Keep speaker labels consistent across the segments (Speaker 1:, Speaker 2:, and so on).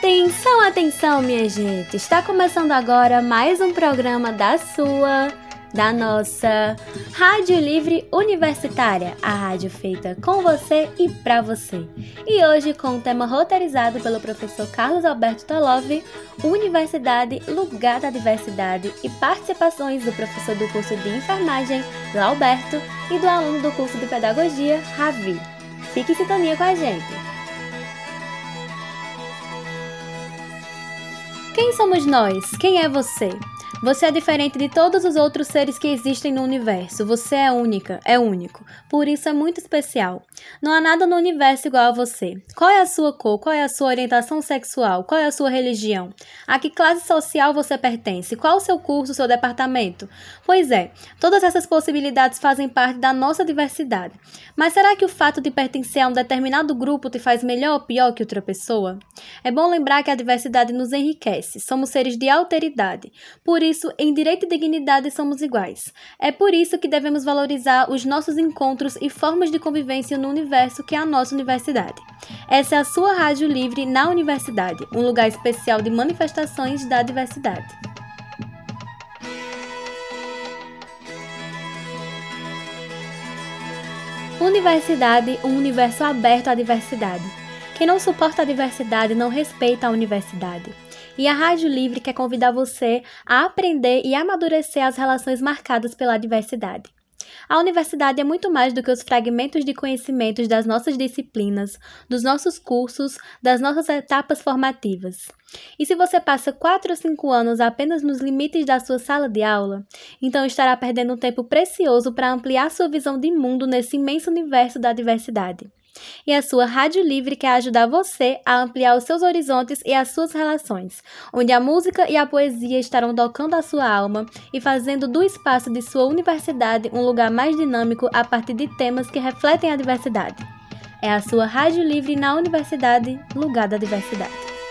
Speaker 1: Atenção, atenção, minha gente! Está começando agora mais um programa da nossa Rádio Livre Universitária, a rádio feita com você e para você. E hoje com um tema roteirizado pelo professor Carlos Alberto Tolove, Universidade, Lugar da Diversidade, e participações do professor do curso de Enfermagem, Lauberto, e do aluno do curso de Pedagogia, Ravi. Fique em sintonia com a gente! Quem somos nós? Quem é você? Você é diferente de todos os outros seres que existem no universo. Você é única, é único. Por isso é muito especial. Não há nada no universo igual a você. Qual é a sua cor? Qual é a sua orientação sexual? Qual é a sua religião? A que classe social você pertence? Qual o seu curso, o seu departamento? Pois é, todas essas possibilidades fazem parte da nossa diversidade. Mas será que o fato de pertencer a um determinado grupo te faz melhor ou pior que outra pessoa? É bom lembrar que a diversidade nos enriquece. Somos seres de alteridade. Por isso, em direito e dignidade somos iguais. É por isso que devemos valorizar os nossos encontros e formas de convivência no universo que é a nossa universidade. Essa é a sua Rádio Livre na Universidade, um lugar especial de manifestações da diversidade. Universidade, um universo aberto à diversidade. Quem não suporta a diversidade não respeita a universidade. E a Rádio Livre quer convidar você a aprender e amadurecer as relações marcadas pela diversidade. A universidade é muito mais do que os fragmentos de conhecimentos das nossas disciplinas, dos nossos cursos, das nossas etapas formativas. E se você passa 4 ou 5 anos apenas nos limites da sua sala de aula, então estará perdendo um tempo precioso para ampliar sua visão de mundo nesse imenso universo da diversidade. E a sua Rádio Livre quer ajudar você a ampliar os seus horizontes e as suas relações, onde a música e a poesia estarão tocando a sua alma e fazendo do espaço de sua universidade um lugar mais dinâmico a partir de temas que refletem a diversidade. É a sua Rádio Livre na Universidade, Lugar da Diversidade.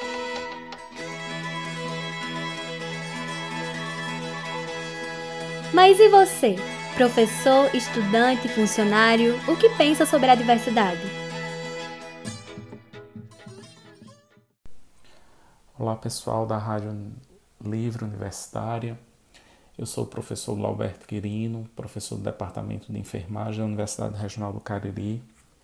Speaker 1: Mas e você? Professor, estudante, funcionário, o que pensa sobre a diversidade?
Speaker 2: Olá pessoal da Rádio Livre Universitária, eu sou o professor Lauberto Quirino, professor do Departamento de Enfermagem da Universidade Regional do Cariri,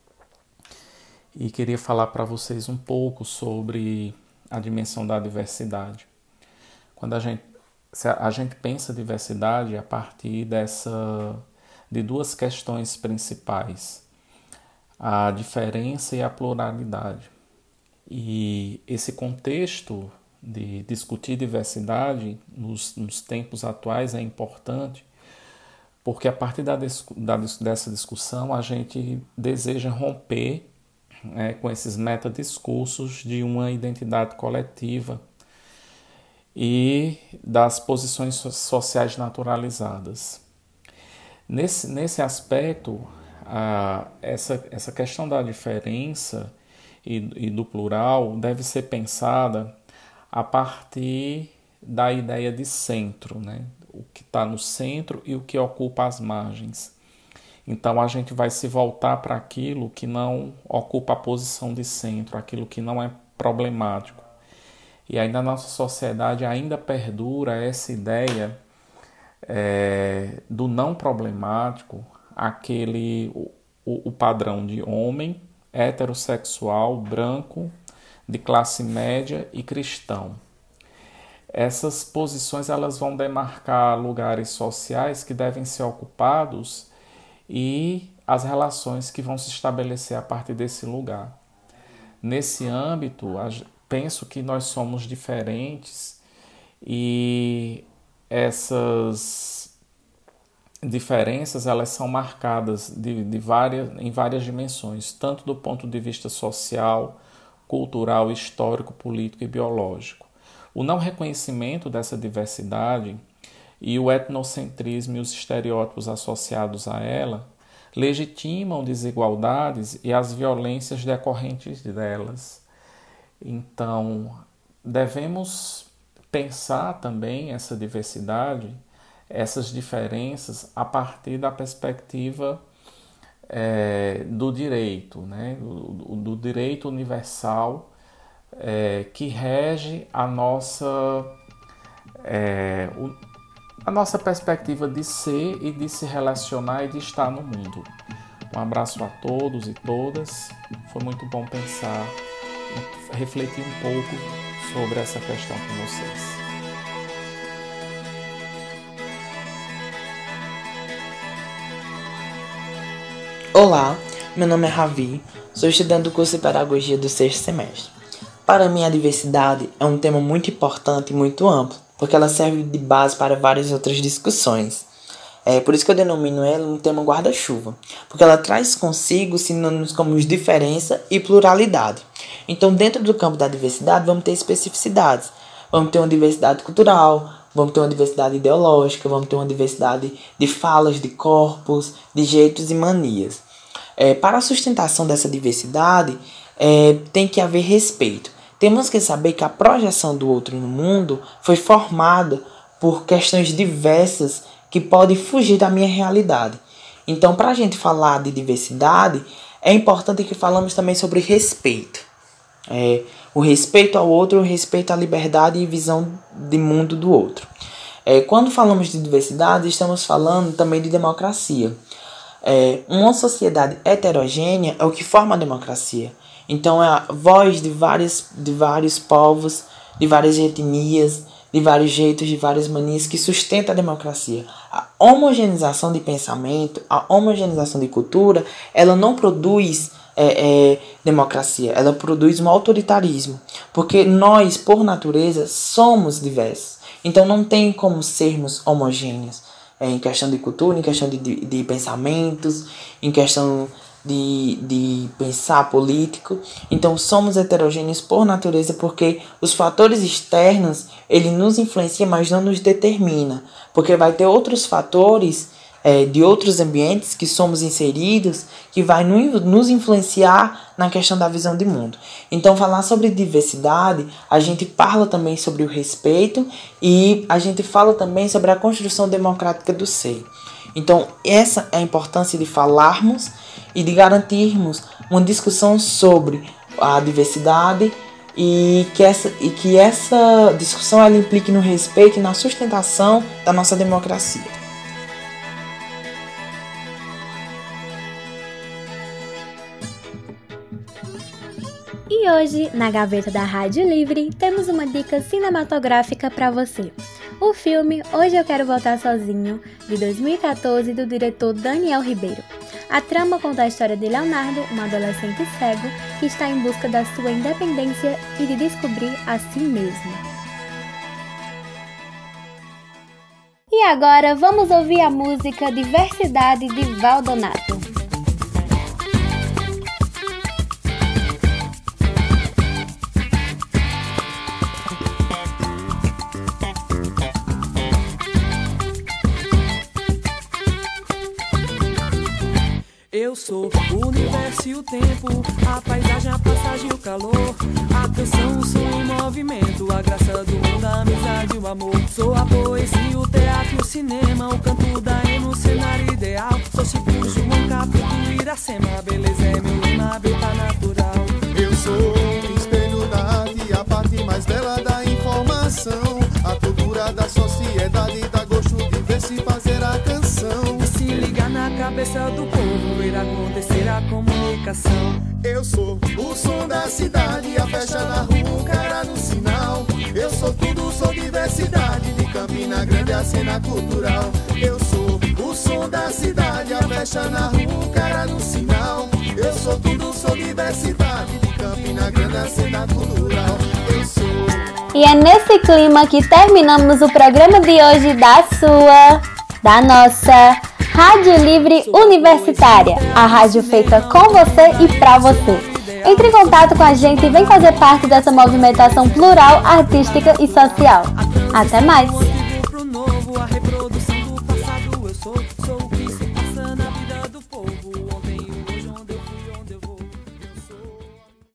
Speaker 2: e queria falar para vocês um pouco sobre a dimensão da diversidade. Quando a gente pensa diversidade a partir de duas questões principais, a diferença e a pluralidade. E esse contexto de discutir diversidade nos tempos atuais é importante porque a partir dessa discussão a gente deseja romper com esses metadiscursos de uma identidade coletiva e das posições sociais naturalizadas. Nesse aspecto, essa questão da diferença e do plural deve ser pensada a partir da ideia de centro, né? O que está no centro e o que ocupa as margens. Então a gente vai se voltar para aquilo que não ocupa a posição de centro, aquilo que não é problemático. E aí na nossa sociedade ainda perdura essa ideia do não problemático, o padrão de homem, heterossexual, branco, de classe média e cristão. Essas posições elas vão demarcar lugares sociais que devem ser ocupados e as relações que vão se estabelecer a partir desse lugar. Nesse âmbito, penso que nós somos diferentes e essas diferenças elas são marcadas em várias dimensões, tanto do ponto de vista social, cultural, histórico, político e biológico. O não reconhecimento dessa diversidade e o etnocentrismo e os estereótipos associados a ela legitimam desigualdades e as violências decorrentes delas. Então, devemos pensar também essa diversidade, essas diferenças a partir da perspectiva do direito, né? do direito universal que rege a nossa perspectiva de ser e de se relacionar e de estar no mundo. Um abraço a todos e todas. Foi muito bom pensar e refletir um pouco sobre essa questão com vocês.
Speaker 3: Olá, meu nome é Ravi, sou estudante do curso de Pedagogia do 6º semestre. Para mim, a diversidade é um tema muito importante e muito amplo, porque ela serve de base para várias outras discussões. Por isso que eu denomino ela um tema guarda-chuva, porque ela traz consigo sinônimos como diferença e pluralidade. Então, dentro do campo da diversidade, vamos ter especificidades. Vamos ter uma diversidade cultural, vamos ter uma diversidade ideológica, vamos ter uma diversidade de falas, de corpos, de jeitos e manias. Para a sustentação dessa diversidade, tem que haver respeito. Temos que saber que a projeção do outro no mundo foi formada por questões diversas que podem fugir da minha realidade. Então, para a gente falar de diversidade, é importante que falamos também sobre respeito. O respeito ao outro, o respeito à liberdade e visão de mundo do outro. Quando falamos de diversidade, estamos falando também de democracia. Uma sociedade heterogênea é o que forma a democracia. Então, é a voz de vários povos, de várias etnias, de vários jeitos, de várias manias que sustenta a democracia. A homogeneização de pensamento, a homogeneização de cultura, ela não produz democracia, ela produz um autoritarismo, porque nós, por natureza, somos diversos. Então não tem como sermos homogêneos em questão de cultura, em questão de pensamentos, em questão de pensar político. Então somos heterogêneos por natureza, porque os fatores externos ele nos influencia, mas não nos determina, porque vai ter outros fatores de outros ambientes que somos inseridos que vai nos influenciar na questão da visão de mundo. Então falar sobre diversidade, a gente fala também sobre o respeito e a gente fala também sobre a construção democrática do ser. Então essa é a importância de falarmos e de garantirmos uma discussão sobre a diversidade e que essa discussão ela implique no respeito e na sustentação da nossa democracia.
Speaker 1: E hoje, na gaveta da Rádio Livre, temos uma dica cinematográfica para você. O filme Hoje Eu Quero Voltar Sozinho, de 2014, do diretor Daniel Ribeiro. A trama conta a história de Leonardo, um adolescente cego que está em busca da sua independência e de descobrir a si mesmo. E agora vamos ouvir a música Diversidade de Valdonato.
Speaker 4: Eu sou o universo e o tempo, a paisagem, a passagem e o calor, a canção, o som e o movimento, a graça do mundo, a amizade e o amor. Sou a poesia, o teatro e o cinema, o canto da emo, o cenário ideal. Sou Chico, João, Caputo, Iracema, a beleza é meu lema, a beleza natural.
Speaker 5: Eu sou o espelho da arte, a parte mais bela da informação, a cultura da sociedade, dá gosto de ver se fazer a canção.
Speaker 4: E se ligar na cabeça do povo, irá acontecer a comunicação.
Speaker 5: Eu sou o som da cidade, a festa na rua, o cara no sinal. Eu sou tudo, sou diversidade, de Campina Grande a cena cultural. Eu sou o som da cidade, a festa na rua, o cara no sinal. Eu sou tudo, sou diversidade, de Campina Grande a cena cultural. Eu sou.
Speaker 1: E é nesse clima que terminamos o programa de hoje da nossa Rádio Livre Universitária, a rádio feita com você e pra você. Entre em contato com a gente e vem fazer parte dessa movimentação plural, artística e social. Até mais!